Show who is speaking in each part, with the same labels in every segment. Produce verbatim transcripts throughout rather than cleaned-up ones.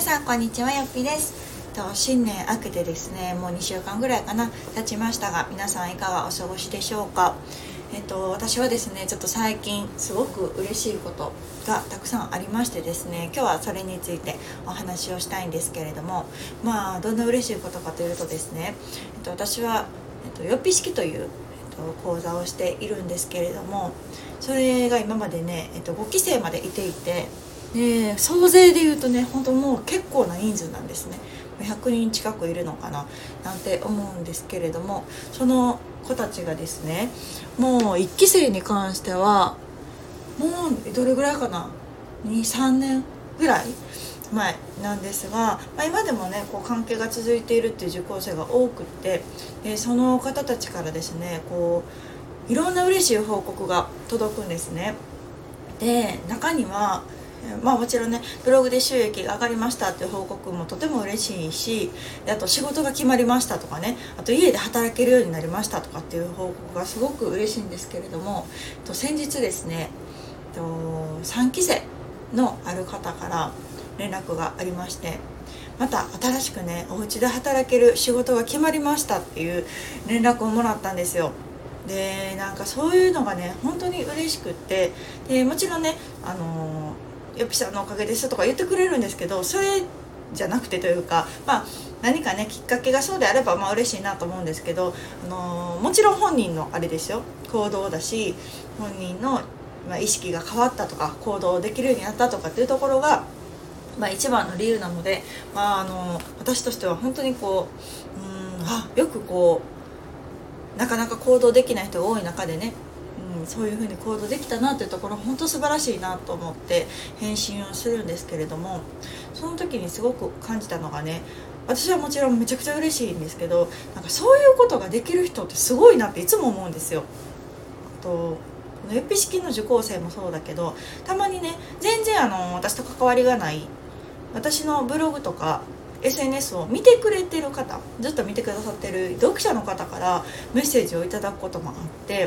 Speaker 1: さんこんにちは、よっぴです。と新年明けてですね、もうにしゅうかんぐらいかな経ちましたが、皆さんいかがお過ごしでしょうか。えっと私はですね、ちょっと最近すごく嬉しいことがたくさんありましてですね、今日はそれについてお話をしたいんですけれども、まあどんな嬉しいことかというとですね、えっと私は、えっと、よっぴ式という、えっと、講座をしているんですけれども、それが今までね、えっと、ごきせいまでいていて、で総勢でいうとね、本当もう結構な人数なんですね。ひゃくにん近くいるのかななんて思うんですけれども、その子たちがですね、もういっきせいに関してはもうどれぐらいかな、にさんねんぐらい前なんですが、まあ、今でもねこう関係が続いているっていう受講生が多くって、でその方たちからですね、こういろんな嬉しい報告が届くんですね。で中にはまあもちろんね、ブログで収益が上がりましたっていう報告もとても嬉しいし、あと仕事が決まりましたとかね、あと家で働けるようになりましたとかっていう報告がすごく嬉しいんですけれども、先日ですね、さんきせいのある方から連絡がありまして、また新しくねお家で働ける仕事が決まりましたっていう連絡をもらったんですよ。でなんかそういうのがね本当に嬉しくって、でもちろんね、あのーよっぴさんのおかげですとか言ってくれるんですけど、それじゃなくてというか、まあ何かねきっかけがそうであればまあ嬉しいなと思うんですけど、あのー、もちろん本人のあれですよ、行動だし、本人の、まあ、意識が変わったとか行動できるようになったとかっていうところが、まあ、一番の理由なので、まあ、あのー、私としては本当にこう、うーんあよくこうなかなか行動できない人が多い中でね、そういう風に行動できたなというところ、本当素晴らしいなと思って返信をするんですけれども、その時にすごく感じたのがね、私はもちろんめちゃくちゃ嬉しいんですけど、なんかそういうことができる人ってすごいなっていつも思うんですよ。あとこのよっぴ式の受講生もそうだけど、たまにね全然あの私と関わりがない私のブログとか エスエヌエス を見てくれてる方、ずっと見てくださってる読者の方からメッセージをいただくこともあって、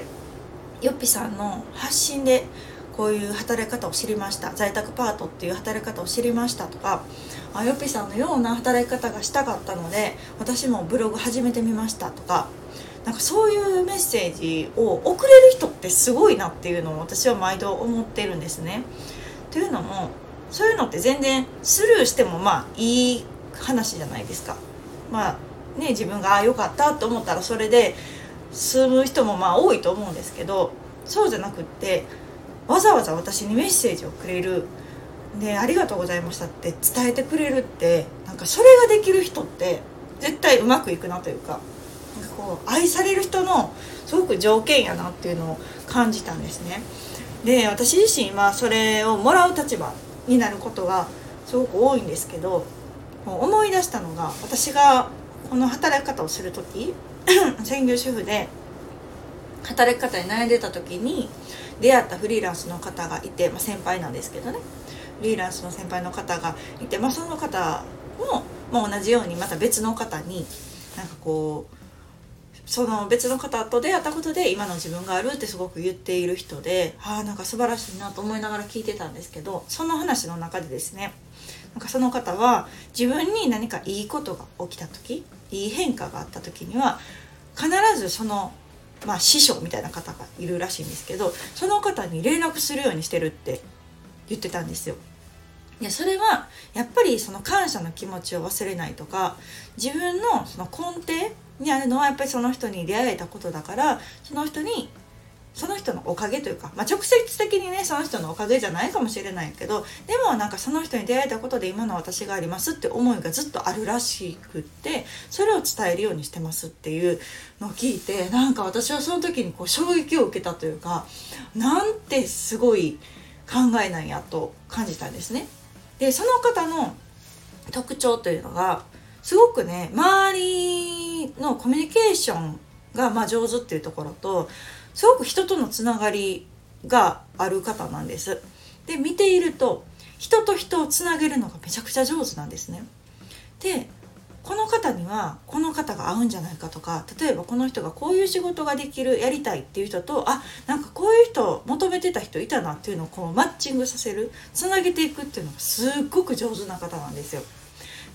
Speaker 1: よっぴさんの発信でこういう働き方を知りました、在宅パートっていう働き方を知りましたとか、あよっぴさんのような働き方がしたかったので私もブログ始めてみましたとか、なんかそういうメッセージを送れる人ってすごいなっていうのを私は毎度思ってるんですね。というのも、そういうのって全然スルーしてもまあいい話じゃないですか。まあね、自分があ良かったと思ったらそれで住む人もまあ多いと思うんですけど、そうじゃなくって、わざわざ私にメッセージをくれるで、ありがとうございましたって伝えてくれるって、なんかそれができる人って絶対うまくいくなというか、なんかこう愛される人のすごく条件やなっていうのを感じたんですね。で私自身はそれをもらう立場になることがすごく多いんですけど、思い出したのが、私がこの働き方をする時専業主婦で働き方に悩んでた時に出会ったフリーランスの方がいて、まあ、先輩なんですけどね、フリーランスの先輩の方がいて、まあ、その方も、まあ、同じようにまた別の方になんかこうその別の方と出会ったことで今の自分があるってすごく言っている人で、ああなんか素晴らしいなと思いながら聞いてたんですけど、その話の中でですね、なんかその方は自分に何かいいことが起きた時、いい変化があった時には必ずその、まあ、師匠みたいな方がいるらしいんですけど、その方に連絡するようにしてるって言ってたんですよ。でそれはやっぱりその感謝の気持ちを忘れないとか、自分のその根底にあるのはやっぱりその人に出会えたことだから、その人にその人のおかげというか、まあ、直接的にねその人のおかげじゃないかもしれないけど、でもなんかその人に出会えたことで今の私がありますって思いがずっとあるらしくって、それを伝えるようにしてますっていうのを聞いて、なんか私はその時にこう衝撃を受けたというか、なんてすごい考えなんやと感じたんですね。でその方の特徴というのがすごくね、周りのコミュニケーションがまあ上手っていうところと、すごく人とのつながりがある方なんです。で見ていると人と人をつなげるのがめちゃくちゃ上手なんですね。でこの方にはこの方が合うんじゃないかとか、例えばこの人がこういう仕事ができる、やりたいっていう人と、あなんかこういう人求めてた人いたなっていうのをこうマッチングさせる、つなげていくっていうのがすっごく上手な方なんですよ。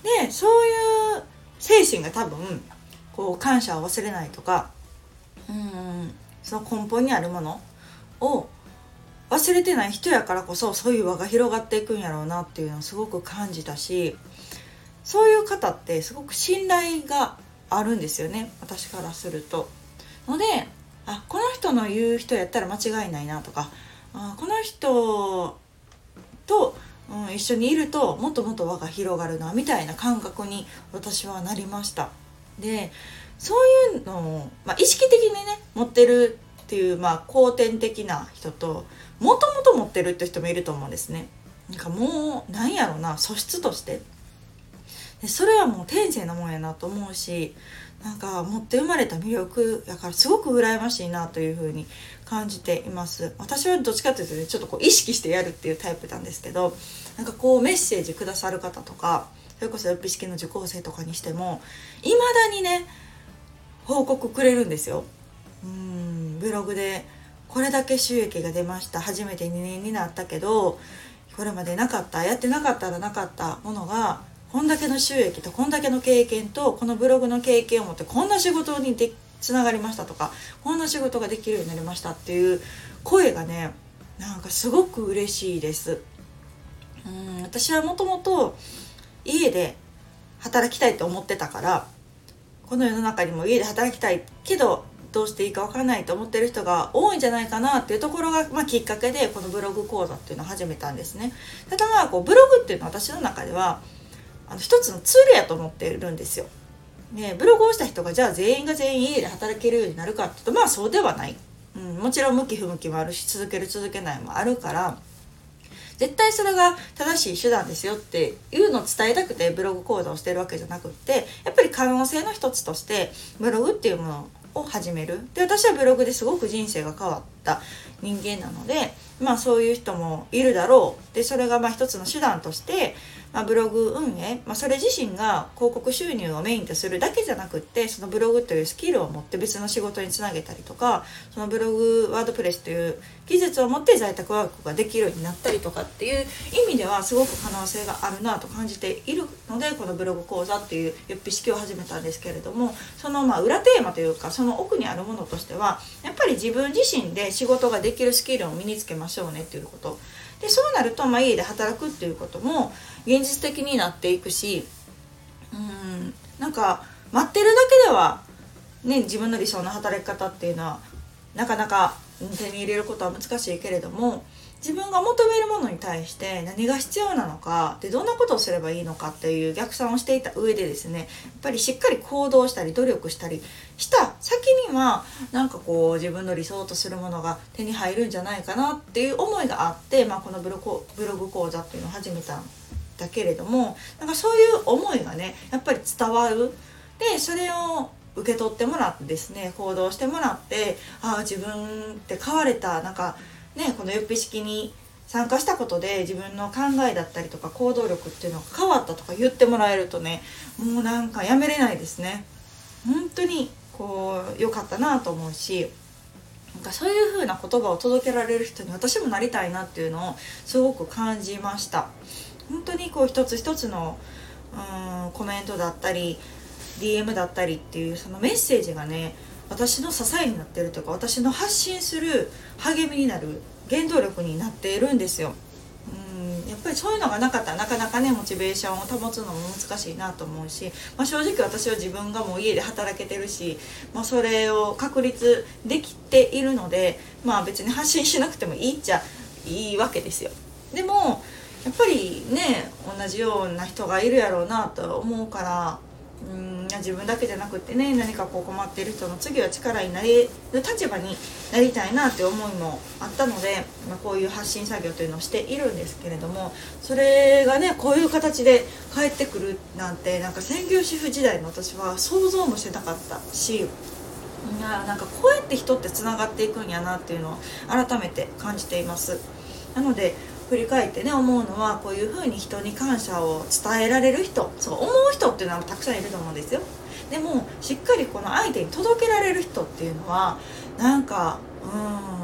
Speaker 1: でそういう精神が多分こう感謝を忘れないとか、うーんその根本にあるものを忘れてない人やからこそ、そういう輪が広がっていくんやろうなっていうのをすごく感じたし、そういう方ってすごく信頼があるんですよね、私からすると。ので、あ、この人の言う人やったら間違いないなとか、あ、この人と、うん、一緒にいるともっともっと輪が広がるなみたいな感覚に私はなりました。でそういうのを、まあ、意識的にね持ってるっていう、まあ、後天的な人と、もともと持ってるって人もいると思うんですね。なんかもうなんやろな、素質としてでそれはもう天性のもんやなと思うし、なんか持って生まれた魅力やからすごく羨ましいなというふうに感じています。私はどっちかというとね、ちょっとこう意識してやるっていうタイプなんですけど、なんかこうメッセージくださる方とか、それこそよっぴ式の受講生とかにしてもいまだにね報告くれるんですよ。うーんブログでこれだけ収益が出ました、初めてにねんになったけどこれまでなかった、やってなかったらなかったものがこんだけの収益とこんだけの経験とこのブログの経験を持ってこんな仕事にでつながりましたとか、こんな仕事ができるようになりましたっていう声がね、なんかすごく嬉しいです。うん私はもともと家で働きたいと思ってたから、この世の中にも家で働きたいけどどうしていいか分からないと思ってる人が多いんじゃないかなっていうところが、まあ、きっかけでこのブログ講座っていうのを始めたんですね。ただまあこうブログっていうのは私の中ではあの一つのツールやと思ってるんですよ。ね、ブログをした人がじゃあ全員が全員家で働けるようになるかっていうと、まあそうではない、うん、もちろん向き不向きもあるし続ける続けないもあるから、絶対それが正しい手段ですよっていうのを伝えたくてブログ講座をしてるわけじゃなくって、やっぱり可能性の一つとしてブログっていうものを始める。で私はブログですごく人生が変わった人間なので、まあそういう人もいるだろう。でそれがまあ一つの手段として、まあ、ブログ運営、まあ、それ自身が広告収入をメインとするだけじゃなくって、そのブログというスキルを持って別の仕事につなげたりとか、そのブログワードプレスという技術を持って在宅ワークができるようになったりとかっていう意味ではすごく可能性があるなと感じているので、このブログ講座っていうよっぴ式を始めたんですけれども、そのまあ裏テーマというかその奥にあるものとしては、やっぱり自分自身で仕事ができるスキルを身につけましょうねっていうことで、そうなるとまあ家で働くっていうことも現実的になっていくし、うーんなんか待ってるだけではね、自分の理想の働き方っていうのはなかなか手に入れることは難しいけれども、自分が求めるものに対して何が必要なのかで、どんなことをすればいいのかっていう逆算をしていた上でですね、やっぱりしっかり行動したり努力したりした先には、なんかこう自分の理想とするものが手に入るんじゃないかなっていう思いがあって、まあ、このブログ、ブログ講座っていうのを始めたんだけれども、なんかそういう思いがねやっぱり伝わる。でそれを受け取ってもらってですね、行動してもらって、ああ自分って変われた、なんかね、このよっぴ式に参加したことで自分の考えだったりとか行動力っていうのが変わったとか言ってもらえるとね、もうなんかやめれないですね。本当にこう良かったなと思うし、なんかそういう風な言葉を届けられる人に私もなりたいなっていうのをすごく感じました。本当にこう一つ一つのうーんコメントだったり ディーエム だったりっていうそのメッセージがね、私の支えになっているというか、私の発信する励みになる原動力になっているんですよ。うんやっぱりそういうのがなかったらなかなかねモチベーションを保つのも難しいなと思うし、まあ、正直私は自分がもう家で働けてるし、まあ、それを確立できているので、まあ別に発信しなくてもいいっちゃいいわけですよ。でもやっぱりね同じような人がいるやろうなと思うから、うん自分だけじゃなくってね、何かこう困っている人の次は力になれる立場になりたいなって思いもあったので、まあ、こういう発信作業というのをしているんですけれども、それがねこういう形で返ってくるなんて、なんか専業主婦時代の私は想像もしてなかったし、いやなんかこうやって人ってつながっていくんやなっていうのを改めて感じています。なので振り返ってね思うのは、こういう風に人に感謝を伝えられる人、そう思う人っていうのはたくさんいると思うんですよ。でもしっかりこの相手に届けられる人っていうのはなんかうーん大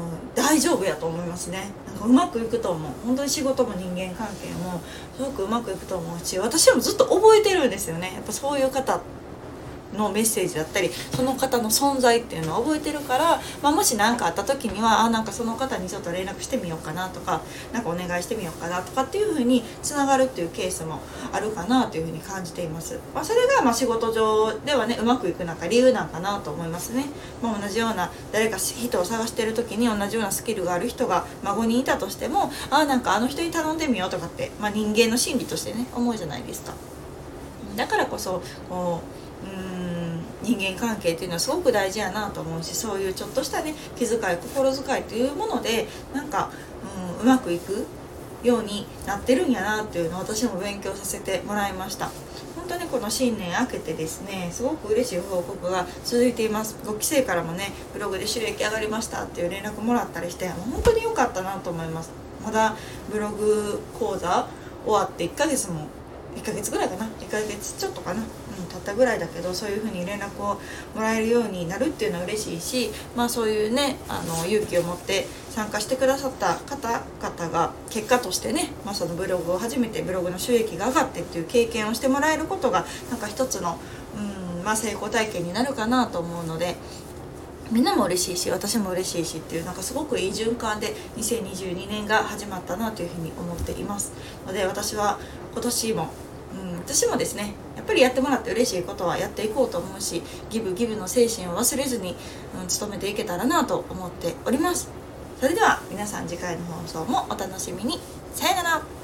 Speaker 1: 大丈夫やと思いますね。なんかうまくいくと思う。本当に仕事も人間関係もすごくうまくいくと思うし、私もずっと覚えてるんですよね。やっぱそういう方のメッセージだったりその方の存在っていうのを覚えてるから、まあ、もし何かあった時にはあなんかその方にちょっと連絡してみようかなとか、なんかお願いしてみようかなとかっていう風につながるっていうケースもあるかなという風に感じています。まあ、それがまあ仕事上ではねうまくいくなんか理由なんかなと思いますね。まあ、同じような誰か人を探してる時に同じようなスキルがある人が、まあ、ごにんいたとしてもあなんかあの人に頼んでみようとかって、まあ、人間の心理としてね思うじゃないですか。だからこそこううーん人間関係っていうのはすごく大事やなと思うし、そういうちょっとしたね気遣い心遣いというものでなんか、うん、うまくいくようになってるんやなっていうのを私も勉強させてもらいました。本当にこの新年明けてですねすごく嬉しい報告が続いています。ご期生からもねブログで収益上がりましたっていう連絡もらったりしてもう本当に良かったなと思います。まだブログ講座終わっていっかげつもいっかげつぐらいかないっかげつちょっとかな、うん、経ったぐらいだけど、そういう風に連絡をもらえるようになるっていうのは嬉しいし、まあそういうねあの勇気を持って参加してくださった方々が結果としてね、まあ、そのブログを始めてブログの収益が上がってっていう経験をしてもらえることがなんか一つの、うんまあ、成功体験になるかなと思うので、みんなも嬉しいし私も嬉しいしっていうなんかすごくいい循環でにせんにじゅうにねんが始まったなというふうに思っていますので、私は今年も、うん、私もですねやっぱりやってもらって嬉しいことはやっていこうと思うし、ギブギブの精神を忘れずに、うん、努めていけたらなと思っております。それでは皆さん次回の放送もお楽しみに。さよなら。